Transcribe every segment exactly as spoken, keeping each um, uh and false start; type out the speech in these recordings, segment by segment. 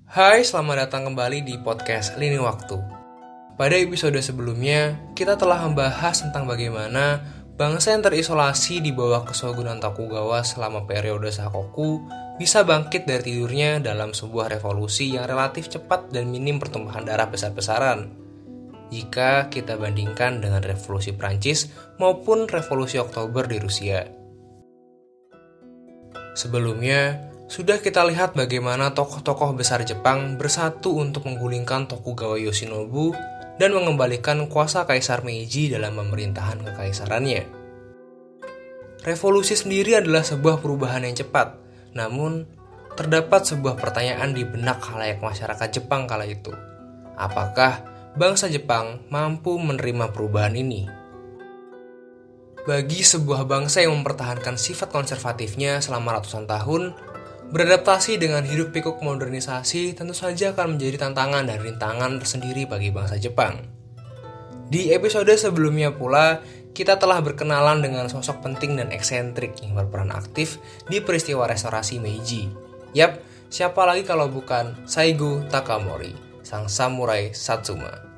Hai, selamat datang kembali di podcast Lini Waktu. Pada episode sebelumnya, kita telah membahas tentang bagaimana bangsa yang terisolasi di bawah Keshogunan Tokugawa selama periode Sakoku bisa bangkit dari tidurnya dalam sebuah revolusi yang relatif cepat dan minim pertumpahan darah besar-besaran jika kita bandingkan dengan revolusi Prancis maupun revolusi Oktober di Rusia. Sebelumnya, sudah kita lihat bagaimana tokoh-tokoh besar Jepang bersatu untuk menggulingkan Tokugawa Yoshinobu dan mengembalikan kuasa Kaisar Meiji dalam pemerintahan kekaisarannya. Revolusi sendiri adalah sebuah perubahan yang cepat, namun terdapat sebuah pertanyaan di benak khalayak masyarakat Jepang kala itu. Apakah bangsa Jepang mampu menerima perubahan ini? Bagi sebuah bangsa yang mempertahankan sifat konservatifnya selama ratusan tahun, beradaptasi dengan hiruk pikuk modernisasi tentu saja akan menjadi tantangan dan rintangan tersendiri bagi bangsa Jepang. Di episode sebelumnya pula, kita telah berkenalan dengan sosok penting dan eksentrik yang berperan aktif di peristiwa restorasi Meiji. Yap, siapa lagi kalau bukan Saigo Takamori, sang samurai Satsuma.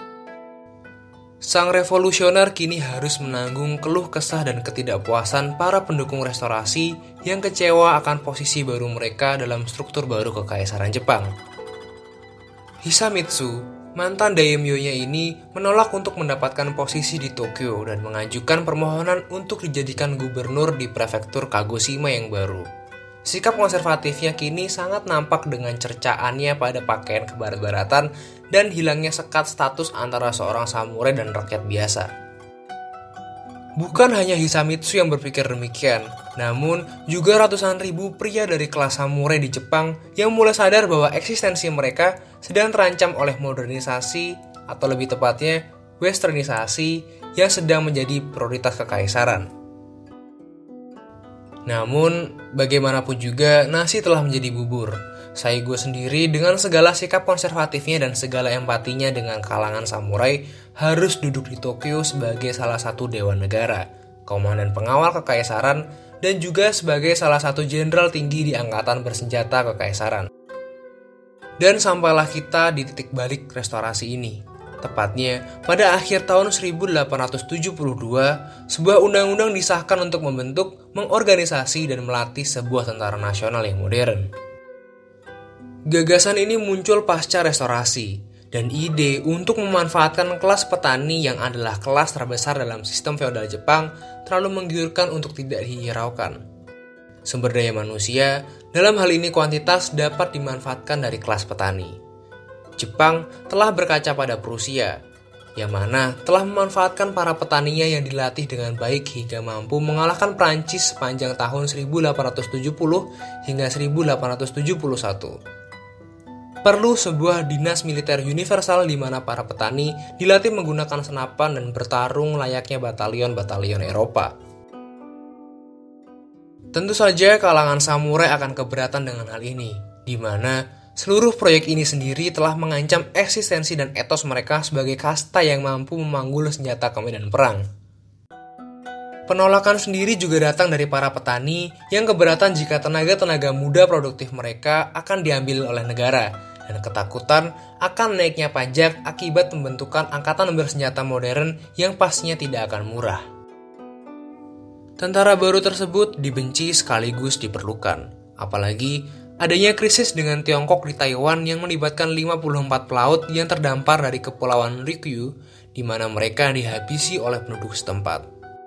Sang revolusioner kini harus menanggung keluh kesah dan ketidakpuasan para pendukung restorasi yang kecewa akan posisi baru mereka dalam struktur baru kekaisaran Jepang. Hisamitsu, mantan daimyo-nya ini menolak untuk mendapatkan posisi di Tokyo dan mengajukan permohonan untuk dijadikan gubernur di prefektur Kagoshima yang baru. Sikap konservatifnya kini sangat nampak dengan cercaannya pada pakaian kebarat-baratan dan hilangnya sekat status antara seorang samurai dan rakyat biasa. Bukan hanya Hisamitsu yang berpikir demikian, namun juga ratusan ribu pria dari kelas samurai di Jepang yang mulai sadar bahwa eksistensi mereka sedang terancam oleh modernisasi atau lebih tepatnya westernisasi yang sedang menjadi prioritas kekaisaran. Namun, bagaimanapun juga nasi telah menjadi bubur. Saigo sendiri dengan segala sikap konservatifnya dan segala empatinya dengan kalangan samurai harus duduk di Tokyo sebagai salah satu dewan negara, komandan pengawal kekaisaran, dan juga sebagai salah satu jenderal tinggi di angkatan bersenjata kekaisaran. Dan sampailah kita di titik balik restorasi ini. Tepatnya, pada akhir tahun seribu delapan ratus tujuh puluh dua, sebuah undang-undang disahkan untuk membentuk, mengorganisasi, dan melatih sebuah tentara nasional yang modern. Gagasan ini muncul pasca restorasi, dan ide untuk memanfaatkan kelas petani yang adalah kelas terbesar dalam sistem feodal Jepang terlalu menggiurkan untuk tidak dihiraukan. Sumber daya manusia, dalam hal ini kuantitas, dapat dimanfaatkan dari kelas petani. Jepang telah berkaca pada Prusia, yang mana telah memanfaatkan para petaninya yang dilatih dengan baik hingga mampu mengalahkan Prancis sepanjang tahun seribu delapan ratus tujuh puluh hingga seribu delapan ratus tujuh puluh satu. Perlu sebuah dinas militer universal di mana para petani dilatih menggunakan senapan dan bertarung layaknya batalion-batalion Eropa. Tentu saja kalangan samurai akan keberatan dengan hal ini, di mana seluruh proyek ini sendiri telah mengancam eksistensi dan etos mereka sebagai kasta yang mampu memanggul senjata ke medan perang. Penolakan sendiri juga datang dari para petani yang keberatan jika tenaga-tenaga muda produktif mereka akan diambil oleh negara, dan ketakutan akan naiknya pajak akibat pembentukan angkatan bersenjata modern yang pastinya tidak akan murah. Tentara baru tersebut dibenci sekaligus diperlukan, apalagi adanya krisis dengan Tiongkok di Taiwan yang melibatkan lima puluh empat pelaut yang terdampar dari kepulauan Ryukyu, di mana mereka dihabisi oleh penduduk setempat.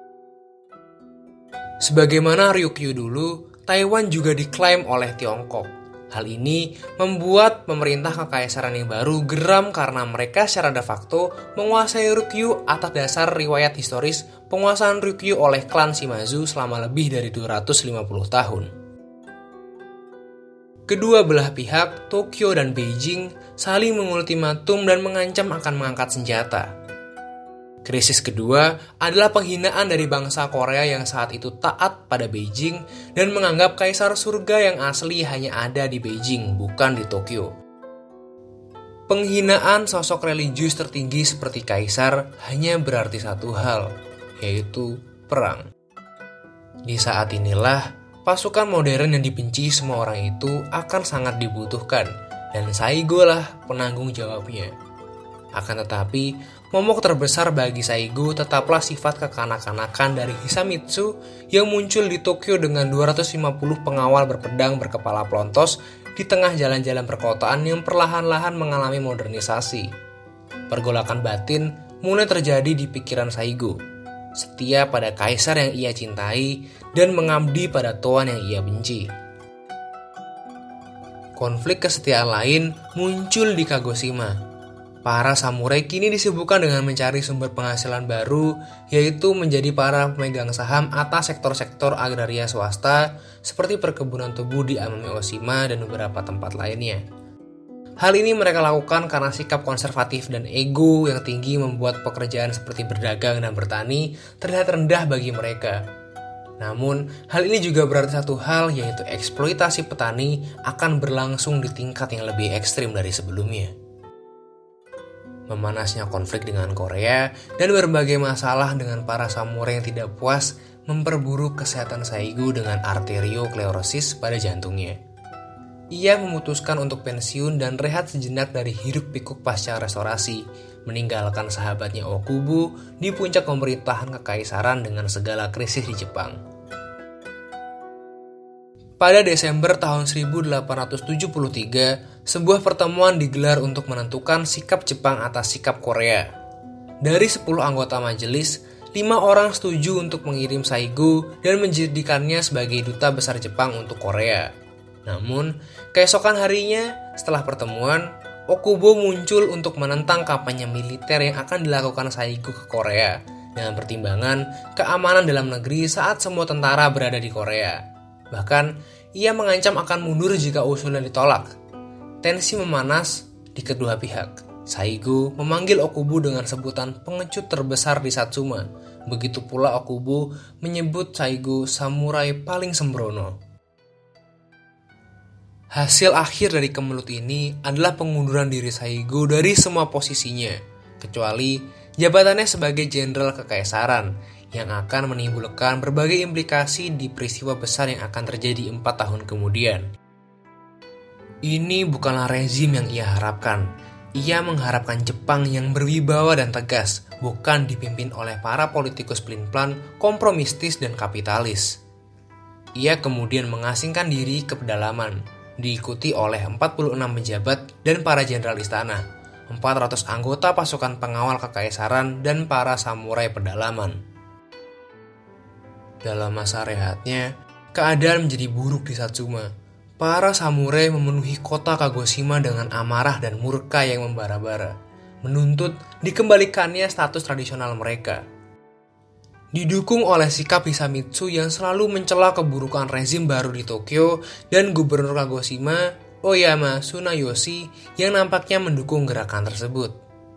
Sebagaimana Ryukyu dulu, Taiwan juga diklaim oleh Tiongkok. Hal ini membuat pemerintah kekaisaran yang baru geram karena mereka secara de facto menguasai Ryukyu atas dasar riwayat historis penguasaan Ryukyu oleh klan Shimazu selama lebih dari dua ratus lima puluh tahun. Kedua belah pihak, Tokyo dan Beijing, saling mengultimatum dan mengancam akan mengangkat senjata. Krisis kedua adalah penghinaan dari bangsa Korea yang saat itu taat pada Beijing dan menganggap kaisar surga yang asli hanya ada di Beijing, bukan di Tokyo. Penghinaan sosok religius tertinggi seperti kaisar hanya berarti satu hal, yaitu perang. Di saat inilah pasukan modern yang dibenci semua orang itu akan sangat dibutuhkan, dan Saigo lah penanggung jawabnya. Akan tetapi, momok terbesar bagi Saigo tetaplah sifat kekanak-kanakan dari Hisamitsu yang muncul di Tokyo dengan dua ratus lima puluh pengawal berpedang berkepala pelontos di tengah jalan-jalan perkotaan yang perlahan-lahan mengalami modernisasi. Pergolakan batin mulai terjadi di pikiran Saigo, setia pada kaisar yang ia cintai dan mengabdi pada tuan yang ia benci. Konflik kesetiaan lain muncul di Kagoshima. Para samurai kini disibukkan dengan mencari sumber penghasilan baru, yaitu menjadi para pemegang saham atas sektor-sektor agraria swasta seperti perkebunan tebu di Amami Oshima dan beberapa tempat lainnya. Hal ini mereka lakukan karena sikap konservatif dan ego yang tinggi membuat pekerjaan seperti berdagang dan bertani terlihat rendah bagi mereka. Namun, hal ini juga berarti satu hal, yaitu eksploitasi petani akan berlangsung di tingkat yang lebih ekstrim dari sebelumnya. Memanasnya konflik dengan Korea dan berbagai masalah dengan para samurai yang tidak puas memperburuk kesehatan Saigo dengan arteriosklerosis pada jantungnya. Ia memutuskan untuk pensiun dan rehat sejenak dari hiruk-pikuk pasca restorasi, meninggalkan sahabatnya Okubo di puncak pemerintahan kekaisaran dengan segala krisis di Jepang. Pada Desember tahun seribu delapan ratus tujuh puluh tiga, sebuah pertemuan digelar untuk menentukan sikap Jepang atas sikap Korea. Dari sepuluh anggota majelis, lima orang setuju untuk mengirim Saigo dan menjadikannya sebagai duta besar Jepang untuk Korea. Namun, keesokan harinya setelah pertemuan, Okubo muncul untuk menentang kampanye militer yang akan dilakukan Saigo ke Korea dengan pertimbangan keamanan dalam negeri saat semua tentara berada di Korea. Bahkan, ia mengancam akan mundur jika usulan ditolak. Tensi memanas di kedua pihak. Saigo memanggil Okubo dengan sebutan pengecut terbesar di Satsuma. Begitu pula Okubo menyebut Saigo samurai paling sembrono. Hasil akhir dari kemelut ini adalah pengunduran diri Saigo dari semua posisinya, kecuali jabatannya sebagai jenderal kekaisaran, yang akan menimbulkan berbagai implikasi di peristiwa besar yang akan terjadi empat tahun kemudian. Ini bukanlah rezim yang ia harapkan. Ia mengharapkan Jepang yang berwibawa dan tegas, bukan dipimpin oleh para politikus pelin-pelan, kompromistis, dan kapitalis. Ia kemudian mengasingkan diri ke pedalaman, diikuti oleh empat puluh enam pejabat dan para jenderal istana, empat ratus anggota pasukan pengawal kekaisaran, dan para samurai pedalaman. Dalam masa rehatnya, keadaan menjadi buruk di Satsuma. Para samurai memenuhi kota Kagoshima dengan amarah dan murka yang membara-bara, menuntut dikembalikannya status tradisional mereka. Didukung oleh sikap Hisamitsu yang selalu mencela keburukan rezim baru di Tokyo dan gubernur Kagoshima, Oyama Tsunayoshi, yang nampaknya mendukung gerakan tersebut.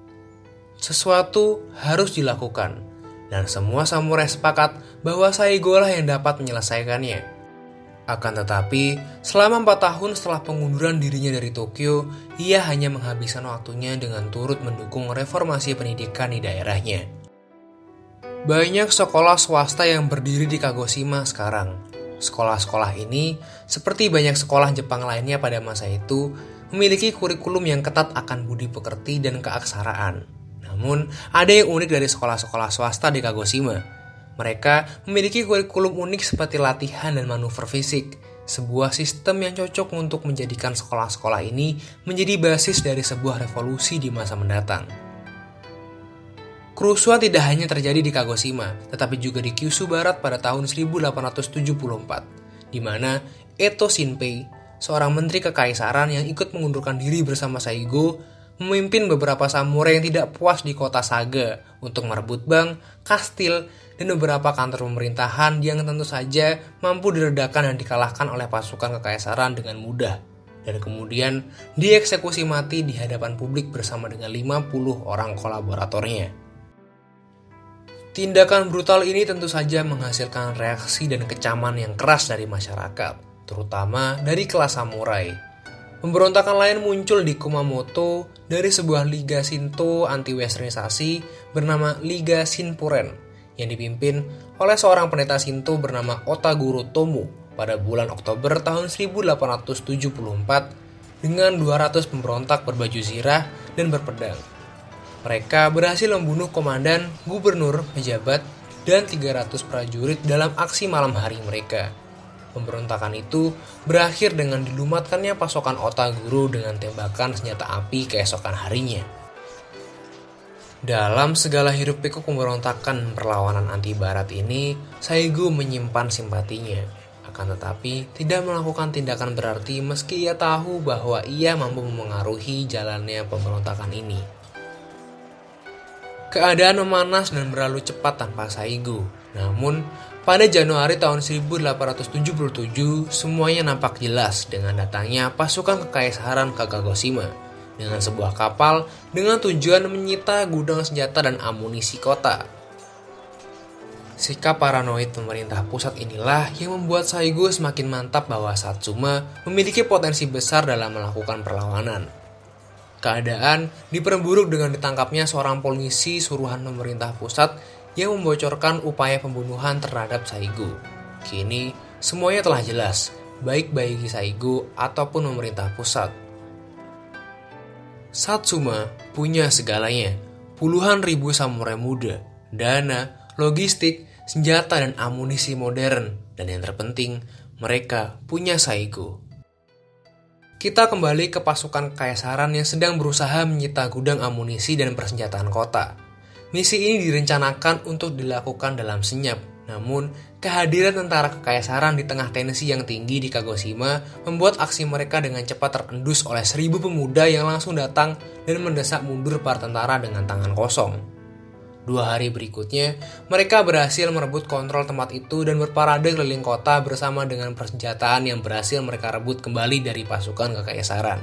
Sesuatu harus dilakukan, dan semua samurai sepakat bahwa Saigo lah yang dapat menyelesaikannya. Akan tetapi, selama empat tahun setelah pengunduran dirinya dari Tokyo, ia hanya menghabiskan waktunya dengan turut mendukung reformasi pendidikan di daerahnya. Banyak sekolah swasta yang berdiri di Kagoshima sekarang. Sekolah-sekolah ini, seperti banyak sekolah Jepang lainnya pada masa itu, memiliki kurikulum yang ketat akan budi pekerti dan keaksaraan. Namun, ada yang unik dari sekolah-sekolah swasta di Kagoshima. Mereka memiliki kurikulum unik seperti latihan dan manuver fisik, sebuah sistem yang cocok untuk menjadikan sekolah-sekolah ini menjadi basis dari sebuah revolusi di masa mendatang. Kerusuhan tidak hanya terjadi di Kagoshima, tetapi juga di Kyushu Barat pada tahun seribu delapan ratus tujuh puluh empat, di mana Eto Shinpei, seorang menteri kekaisaran yang ikut mengundurkan diri bersama Saigo, memimpin beberapa samurai yang tidak puas di kota Saga untuk merebut bank, kastil, dan beberapa kantor pemerintahan yang tentu saja mampu diredakan dan dikalahkan oleh pasukan kekaisaran dengan mudah, dan kemudian dieksekusi mati di hadapan publik bersama dengan lima puluh orang kolaboratornya. Tindakan brutal ini tentu saja menghasilkan reaksi dan kecaman yang keras dari masyarakat, terutama dari kelas samurai. Pemberontakan lain muncul di Kumamoto dari sebuah liga Shinto anti-westernisasi bernama Liga Shinpuren, yang dipimpin oleh seorang pendeta Shinto bernama Otaguro Tomo pada bulan Oktober tahun seribu delapan ratus tujuh puluh empat, dengan dua ratus pemberontak berbaju zirah dan berpedang. Mereka berhasil membunuh komandan, gubernur, pejabat, dan tiga ratus prajurit dalam aksi malam hari mereka. Pemberontakan itu berakhir dengan dilumatkannya pasukan Otaguro dengan tembakan senjata api keesokan harinya. Dalam segala hiruk pikuk pemberontakan perlawanan anti barat ini, Saigo menyimpan simpatinya. Akan tetapi tidak melakukan tindakan berarti meski ia tahu bahwa ia mampu memengaruhi jalannya pemberontakan ini. Keadaan memanas dan berlalu cepat tanpa Saigo. Namun, pada Januari tahun seribu delapan ratus tujuh puluh tujuh, semuanya nampak jelas dengan datangnya pasukan kekaisaran ke Kagoshima dengan sebuah kapal dengan tujuan menyita gudang senjata dan amunisi kota. Sikap paranoid pemerintah pusat inilah yang membuat Saigo semakin mantap bahwa Satsuma memiliki potensi besar dalam melakukan perlawanan. Keadaan diperburuk dengan ditangkapnya seorang polisi suruhan pemerintah pusat yang membocorkan upaya pembunuhan terhadap Saigo. Kini, semuanya telah jelas, baik bagi Saigo ataupun pemerintah pusat. Satsuma punya segalanya, puluhan ribu samurai muda, dana, logistik, senjata dan amunisi modern, dan yang terpenting, mereka punya Saigo. Kita kembali ke pasukan kekaisaran yang sedang berusaha menyita gudang amunisi dan persenjataan kota. Misi ini direncanakan untuk dilakukan dalam senyap, namun kehadiran tentara kekaisaran di tengah tensi yang tinggi di Kagoshima membuat aksi mereka dengan cepat terendus oleh seribu pemuda yang langsung datang dan mendesak mundur para tentara dengan tangan kosong. Dua hari berikutnya, mereka berhasil merebut kontrol tempat itu dan berparade keliling kota bersama dengan persenjataan yang berhasil mereka rebut kembali dari pasukan kekaisaran.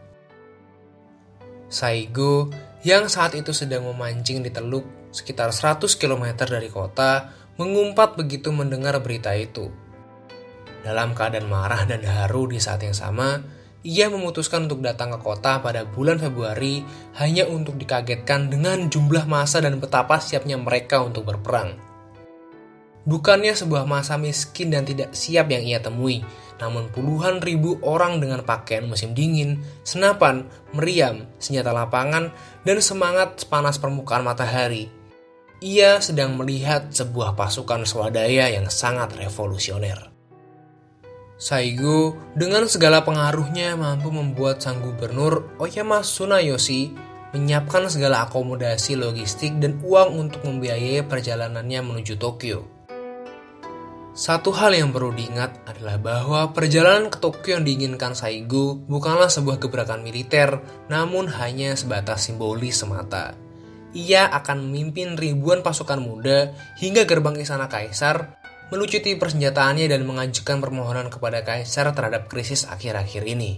Saigo, yang saat itu sedang memancing di teluk sekitar seratus kilometer dari kota, mengumpat begitu mendengar berita itu. Dalam keadaan marah dan haru di saat yang sama, ia memutuskan untuk datang ke kota pada bulan Februari hanya untuk dikagetkan dengan jumlah massa dan betapa siapnya mereka untuk berperang. Bukannya sebuah massa miskin dan tidak siap yang ia temui, namun puluhan ribu orang dengan pakaian musim dingin, senapan, meriam, senjata lapangan, dan semangat panas permukaan matahari. Ia sedang melihat sebuah pasukan swadaya yang sangat revolusioner. Saigo dengan segala pengaruhnya mampu membuat sang gubernur Oyama Tsunayoshi menyiapkan segala akomodasi logistik dan uang untuk membiayai perjalanannya menuju Tokyo. Satu hal yang perlu diingat adalah bahwa perjalanan ke Tokyo yang diinginkan Saigo bukanlah sebuah gebrakan militer, namun hanya sebatas simbolis semata. Ia akan memimpin ribuan pasukan muda hingga gerbang istana kaisar, melucuti persenjataannya dan mengajukan permohonan kepada kaisar terhadap krisis akhir-akhir ini.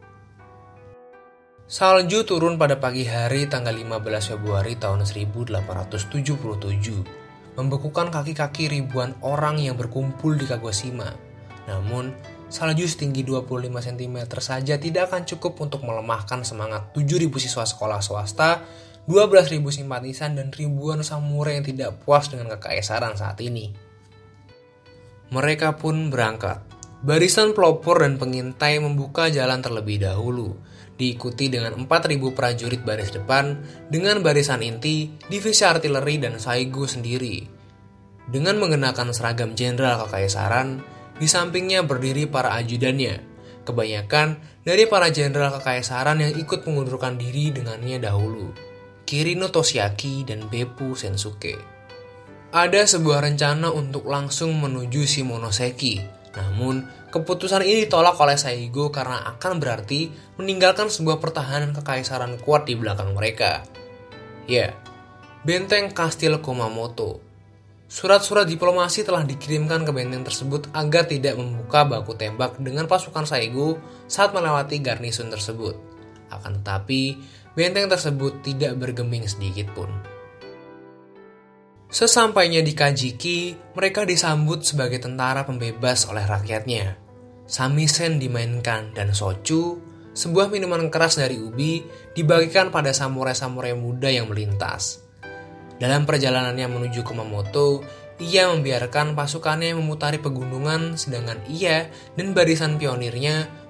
Salju turun pada pagi hari tanggal lima belas Februari tahun seribu delapan ratus tujuh puluh tujuh, membekukan kaki-kaki ribuan orang yang berkumpul di Kagoshima. Namun, salju setinggi dua puluh lima sentimeter saja tidak akan cukup untuk melemahkan semangat tujuh ribu siswa sekolah swasta, dua belas ribu simpatisan, dan ribuan samurai yang tidak puas dengan kekaisaran saat ini. Mereka pun berangkat. Barisan pelopor dan pengintai membuka jalan terlebih dahulu, diikuti dengan empat ribu prajurit baris depan, dengan barisan inti, divisi artileri, dan Saigo sendiri. Dengan mengenakan seragam jenderal kekaisaran, di sampingnya berdiri para ajudannya, kebanyakan dari para jenderal kekaisaran yang ikut mengundurkan diri dengannya dahulu, Kirino Toshiaki dan Beppu Sensuke. Ada sebuah rencana untuk langsung menuju Shimonoseki, namun keputusan ini ditolak oleh Saigo karena akan berarti meninggalkan sebuah pertahanan kekaisaran kuat di belakang mereka. Ya, benteng Kastil Kumamoto. Surat-surat diplomasi telah dikirimkan ke benteng tersebut agar tidak membuka baku tembak dengan pasukan Saigo saat melewati garnison tersebut. Akan tetapi, benteng tersebut tidak bergeming sedikit pun. Sesampainya di Kajiki, mereka disambut sebagai tentara pembebas oleh rakyatnya. Samisen dimainkan dan sochu, sebuah minuman keras dari ubi, dibagikan pada samurai-samurai muda yang melintas. Dalam perjalanannya menuju Kumamoto, ia membiarkan pasukannya memutari pegunungan, sedangkan ia dan barisan pionirnya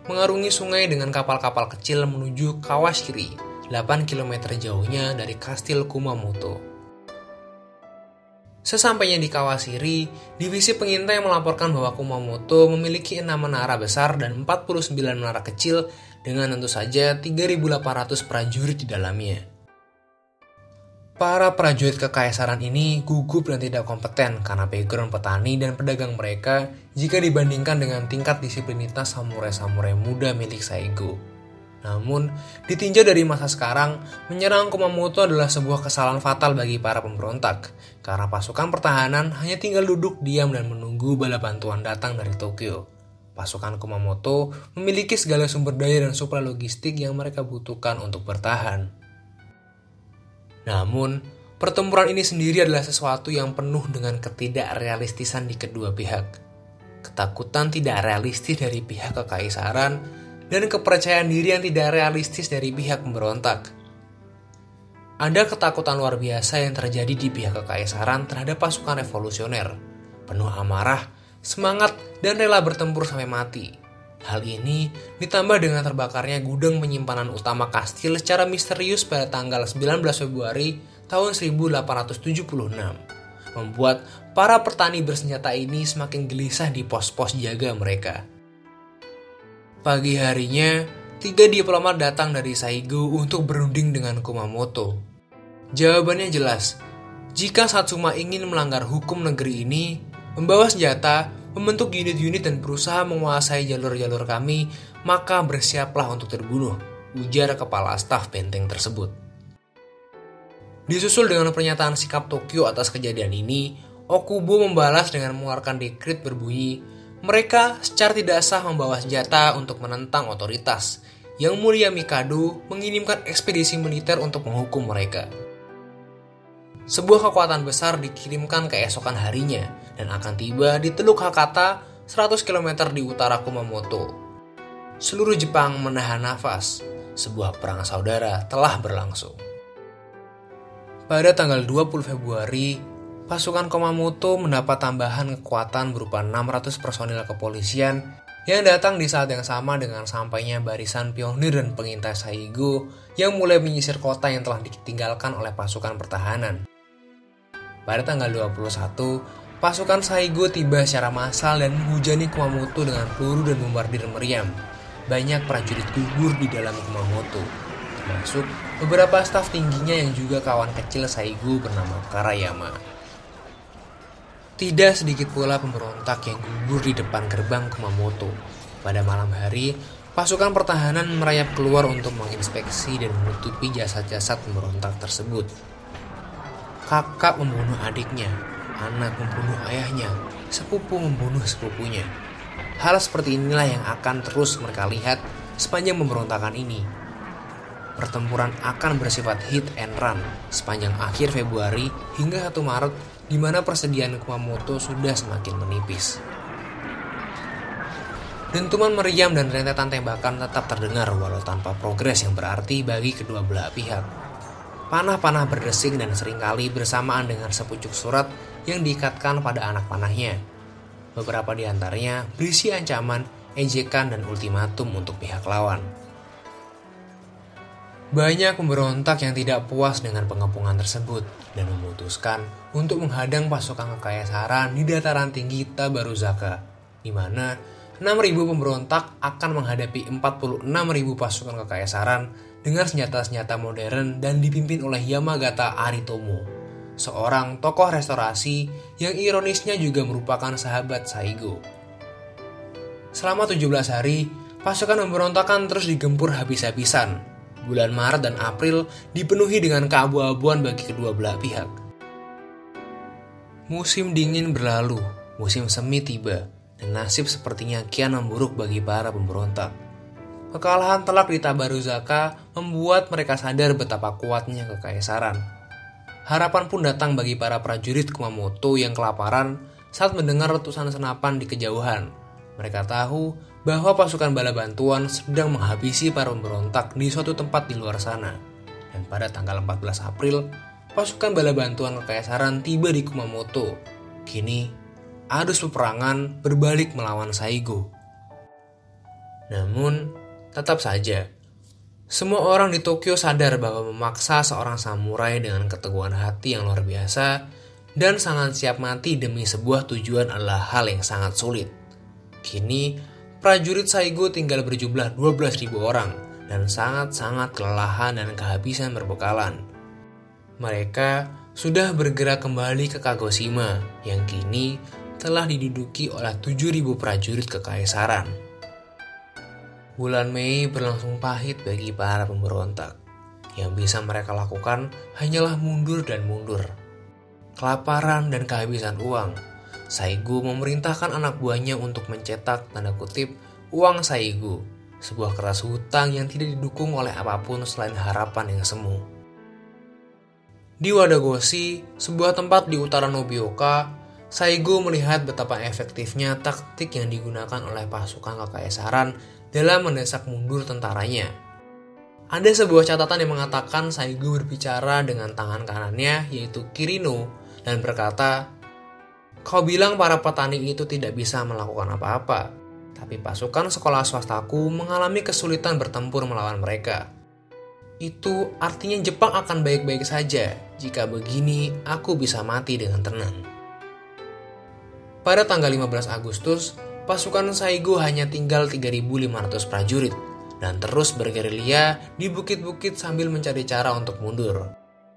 mengarungi sungai dengan kapal-kapal kecil menuju Kawashiri, delapan kilometer jauhnya dari Kastil Kumamoto. Sesampainya di Kawashiri, divisi pengintai melaporkan bahwa Kumamoto memiliki enam menara besar dan empat puluh sembilan menara kecil dengan tentu saja tiga ribu delapan ratus prajurit di dalamnya. Para prajurit kekaisaran ini gugup dan tidak kompeten karena background petani dan pedagang mereka jika dibandingkan dengan tingkat disiplinitas samurai-samurai muda milik Saigo. Namun, ditinjau dari masa sekarang, menyerang Kumamoto adalah sebuah kesalahan fatal bagi para pemberontak, karena pasukan pertahanan hanya tinggal duduk diam dan menunggu bala bantuan datang dari Tokyo. Pasukan Kumamoto memiliki segala sumber daya dan suplai logistik yang mereka butuhkan untuk bertahan. Namun, pertempuran ini sendiri adalah sesuatu yang penuh dengan ketidakrealistisan di kedua pihak. Ketakutan tidak realistis dari pihak kekaisaran dan kepercayaan diri yang tidak realistis dari pihak pemberontak. Ada ketakutan luar biasa yang terjadi di pihak kekaisaran terhadap pasukan revolusioner, penuh amarah, semangat, dan rela bertempur sampai mati. Hal ini ditambah dengan terbakarnya gudang penyimpanan utama kastil secara misterius pada tanggal sembilan belas Februari tahun seribu delapan ratus tujuh puluh enam, membuat para petani bersenjata ini semakin gelisah di pos-pos jaga mereka. Pagi harinya, tiga diplomat datang dari Saigo untuk berunding dengan Kumamoto. Jawabannya jelas, jika Satsuma ingin melanggar hukum negeri ini, membawa senjata, membentuk unit-unit dan berusaha menguasai jalur-jalur kami, maka bersiaplah untuk terbunuh, ujar kepala staf benteng tersebut. Disusul dengan pernyataan sikap Tokyo atas kejadian ini, Okubo membalas dengan mengeluarkan dekret berbunyi, mereka secara tidak sah membawa senjata untuk menentang otoritas, yang mulia Mikado mengirimkan ekspedisi militer untuk menghukum mereka. Sebuah kekuatan besar dikirimkan keesokan harinya dan akan tiba di Teluk Hakata seratus kilometer di utara Kumamoto. Seluruh Jepang menahan nafas. Sebuah perang saudara telah berlangsung. Pada tanggal dua puluh Februari, pasukan Kumamoto mendapat tambahan kekuatan berupa enam ratus personil kepolisian yang datang di saat yang sama dengan sampainya barisan pionir dan pengintai Saigo yang mulai menyisir kota yang telah ditinggalkan oleh pasukan pertahanan. Pada tanggal dua puluh satu, pasukan Saigo tiba secara massal dan menghujani Kumamoto dengan peluru dan bombardir meriam. Banyak prajurit gugur di dalam Kumamoto, termasuk beberapa staf tingginya yang juga kawan kecil Saigo bernama Karayama. Tidak sedikit pula pemberontak yang gugur di depan gerbang Kumamoto. Pada malam hari, pasukan pertahanan merayap keluar untuk menginspeksi dan menutupi jasad-jasad pemberontak tersebut. Kakak membunuh adiknya, anak membunuh ayahnya, sepupu membunuh sepupunya. Hal seperti inilah yang akan terus mereka lihat sepanjang pemberontakan ini. Pertempuran akan bersifat hit and run sepanjang akhir Februari hingga satu Maret, di mana persediaan Kumamoto sudah semakin menipis. Dentuman meriam dan rentetan tembakan tetap terdengar walau tanpa progres yang berarti bagi kedua belah pihak. Panah-panah berdesing dan seringkali bersamaan dengan sepucuk surat yang diikatkan pada anak panahnya. Beberapa di antaranya berisi ancaman, ejekan, dan ultimatum untuk pihak lawan. Banyak pemberontak yang tidak puas dengan pengepungan tersebut dan memutuskan untuk menghadang pasukan kekaisaran di dataran tinggi Tabaruzaka, di mana enam ribu pemberontak akan menghadapi empat puluh enam ribu pasukan kekaisaran dengan senjata-senjata modern dan dipimpin oleh Yamagata Aritomo, seorang tokoh restorasi yang ironisnya juga merupakan sahabat Saigo. Selama tujuh belas hari, pasukan pemberontakan terus digempur habis-habisan. Bulan Maret dan April dipenuhi dengan keabu-abuan bagi kedua belah pihak. Musim dingin berlalu, musim semi tiba, dan nasib sepertinya kian memburuk bagi para pemberontak. Kekalahan telak di Tabaruzaka membuat mereka sadar betapa kuatnya kekaisaran. Harapan pun datang bagi para prajurit Kumamoto yang kelaparan saat mendengar letusan senapan di kejauhan. Mereka tahu bahwa pasukan bala bantuan sedang menghabisi para pemberontak di suatu tempat di luar sana. Dan pada tanggal empat belas April, pasukan bala bantuan kekaisaran tiba di Kumamoto. Kini, arus peperangan berbalik melawan Saigo. Namun, tetap saja, semua orang di Tokyo sadar bahwa memaksa seorang samurai dengan keteguhan hati yang luar biasa dan sangat siap mati demi sebuah tujuan adalah hal yang sangat sulit. Kini, prajurit Saigo tinggal berjumlah dua belas ribu orang dan sangat-sangat kelelahan dan kehabisan berbekalan. Mereka sudah bergerak kembali ke Kagoshima yang kini telah diduduki oleh tujuh ribu prajurit kekaisaran. Bulan Mei berlangsung pahit bagi para pemberontak. Yang bisa mereka lakukan hanyalah mundur dan mundur. Kelaparan dan kehabisan uang, Saigo memerintahkan anak buahnya untuk mencetak tanda kutip uang Saigo, sebuah kertas hutang yang tidak didukung oleh apapun selain harapan yang semu. Di Wadagoshi, sebuah tempat di utara Nobioka, Saigo melihat betapa efektifnya taktik yang digunakan oleh pasukan kekaisaran dalam mendesak mundur tentaranya. Ada sebuah catatan yang mengatakan Saigo berbicara dengan tangan kanannya, yaitu Kirino, dan berkata, "Kau bilang para petani itu tidak bisa melakukan apa-apa, tapi pasukan sekolah swastaku mengalami kesulitan bertempur melawan mereka. Itu artinya Jepang akan baik-baik saja. Jika begini, aku bisa mati dengan tenang." Pada tanggal lima belas Agustus, pasukan Saigo hanya tinggal tiga ribu lima ratus prajurit dan terus bergerilya di bukit-bukit sambil mencari cara untuk mundur.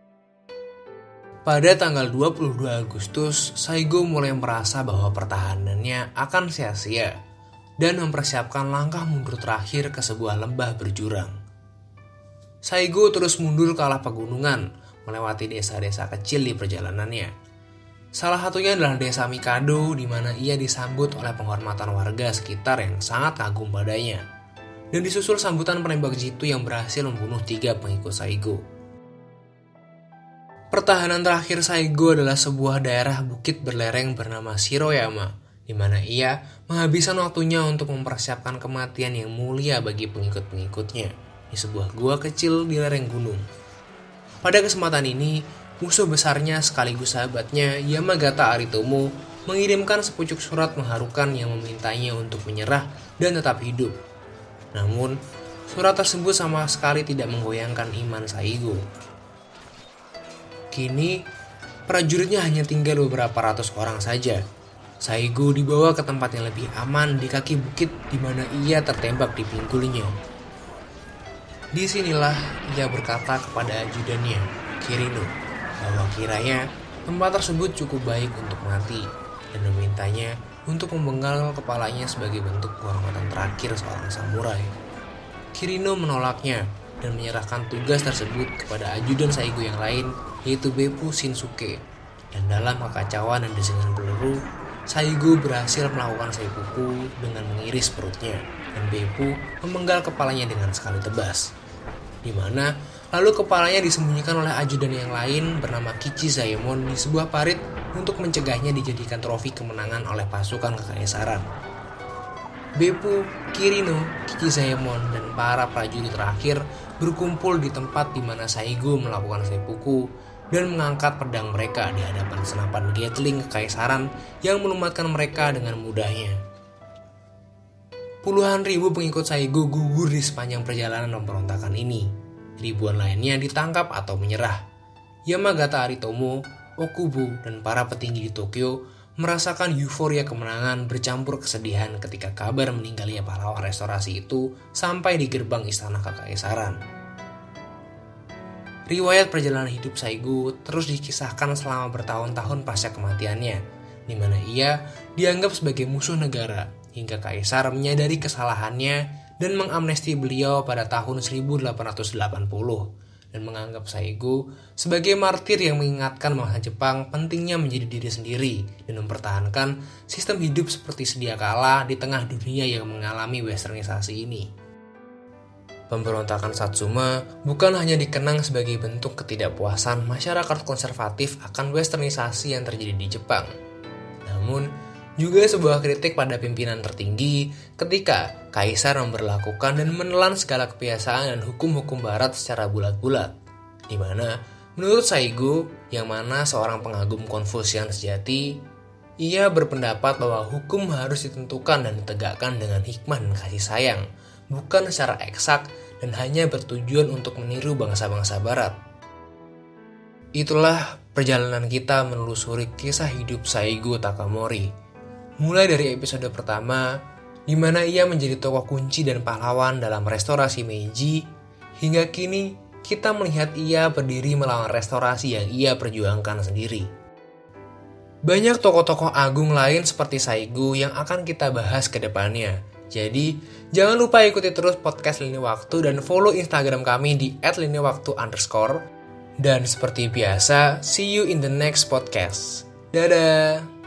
Pada tanggal dua puluh dua Agustus, Saigo mulai merasa bahwa pertahanannya akan sia-sia dan mempersiapkan langkah mundur terakhir ke sebuah lembah berjurang. Saigo terus mundur ke arah pegunungan, melewati desa-desa kecil di perjalanannya. Salah satunya adalah desa Mikado, di mana ia disambut oleh penghormatan warga sekitar yang sangat kagum padanya. Dan disusul sambutan penembak jitu yang berhasil membunuh tiga pengikut Saigo. Pertahanan terakhir Saigo adalah sebuah daerah bukit berlereng bernama Shiroyama, di mana ia menghabiskan waktunya untuk mempersiapkan kematian yang mulia bagi pengikut-pengikutnya di sebuah gua kecil di lereng gunung. Pada kesempatan ini, musuh besarnya sekaligus sahabatnya Yamagata Aritomo mengirimkan sepucuk surat mengharukan yang memintanya untuk menyerah dan tetap hidup. Namun, surat tersebut sama sekali tidak menggoyangkan iman Saigo. Kini, prajuritnya hanya tinggal beberapa ratus orang saja. Saigo dibawa ke tempat yang lebih aman di kaki bukit di mana ia tertembak di pinggulnya. Disinilah ia berkata kepada ajudannya, Kirino, bahwa kiranya tempat tersebut cukup baik untuk mati dan memintanya untuk memenggal kepalanya sebagai bentuk penghormatan terakhir seorang samurai. Kirino menolaknya dan menyerahkan tugas tersebut kepada ajudan Saigo yang lain, yaitu Beppu Shinsuke. Dan dalam kekacauan dan desingan peluru, Saigo berhasil melakukan seppuku dengan mengiris perutnya dan Beppu memenggal kepalanya dengan sekali tebas, di mana lalu kepalanya disembunyikan oleh ajudan yang lain bernama Kichizaemon di sebuah parit untuk mencegahnya dijadikan trofi kemenangan oleh pasukan kekaisaran. Beppu, Kirino, Kichizaemon, dan para prajurit terakhir berkumpul di tempat di mana Saigo melakukan seppuku dan mengangkat pedang mereka di hadapan senapan Gatling kekaisaran yang melumatkan mereka dengan mudahnya. Puluhan ribu pengikut Saigo gugur di sepanjang perjalanan pemberontakan ini. Ribuan lainnya ditangkap atau menyerah. Yamagata Aritomo, Okubo, dan para petinggi di Tokyo merasakan euforia kemenangan bercampur kesedihan ketika kabar meninggalnya pahlawan restorasi itu sampai di gerbang istana kekaisaran. Riwayat perjalanan hidup Saigo terus dikisahkan selama bertahun-tahun pasca kematiannya, di mana ia dianggap sebagai musuh negara hingga kaisar menyadari kesalahannya dan mengamnesti beliau pada tahun seribu delapan ratus delapan puluh dan menganggap Saigo sebagai martir yang mengingatkan bangsa Jepang pentingnya menjadi diri sendiri dan mempertahankan sistem hidup seperti sedia kala di tengah dunia yang mengalami westernisasi ini. Pemberontakan Satsuma bukan hanya dikenang sebagai bentuk ketidakpuasan masyarakat konservatif akan westernisasi yang terjadi di Jepang, namun juga sebuah kritik pada pimpinan tertinggi ketika kaisar memberlakukan dan menelan segala kebiasaan dan hukum-hukum barat secara bulat-bulat. Di mana menurut Saigo, yang mana seorang pengagum Konfusian sejati, ia berpendapat bahwa hukum harus ditentukan dan ditegakkan dengan hikmah dan kasih sayang, bukan secara eksak dan hanya bertujuan untuk meniru bangsa-bangsa barat. Itulah perjalanan kita menelusuri kisah hidup Saigo Takamori. Mulai dari episode pertama, di mana ia menjadi tokoh kunci dan pahlawan dalam restorasi Meiji, hingga kini kita melihat ia berdiri melawan restorasi yang ia perjuangkan sendiri. Banyak tokoh-tokoh agung lain seperti Saigo yang akan kita bahas ke depannya. Jadi, jangan lupa ikuti terus podcast Lini Waktu dan follow Instagram kami di et liniwaktu underscore. Dan seperti biasa, see you in the next podcast. Dadah!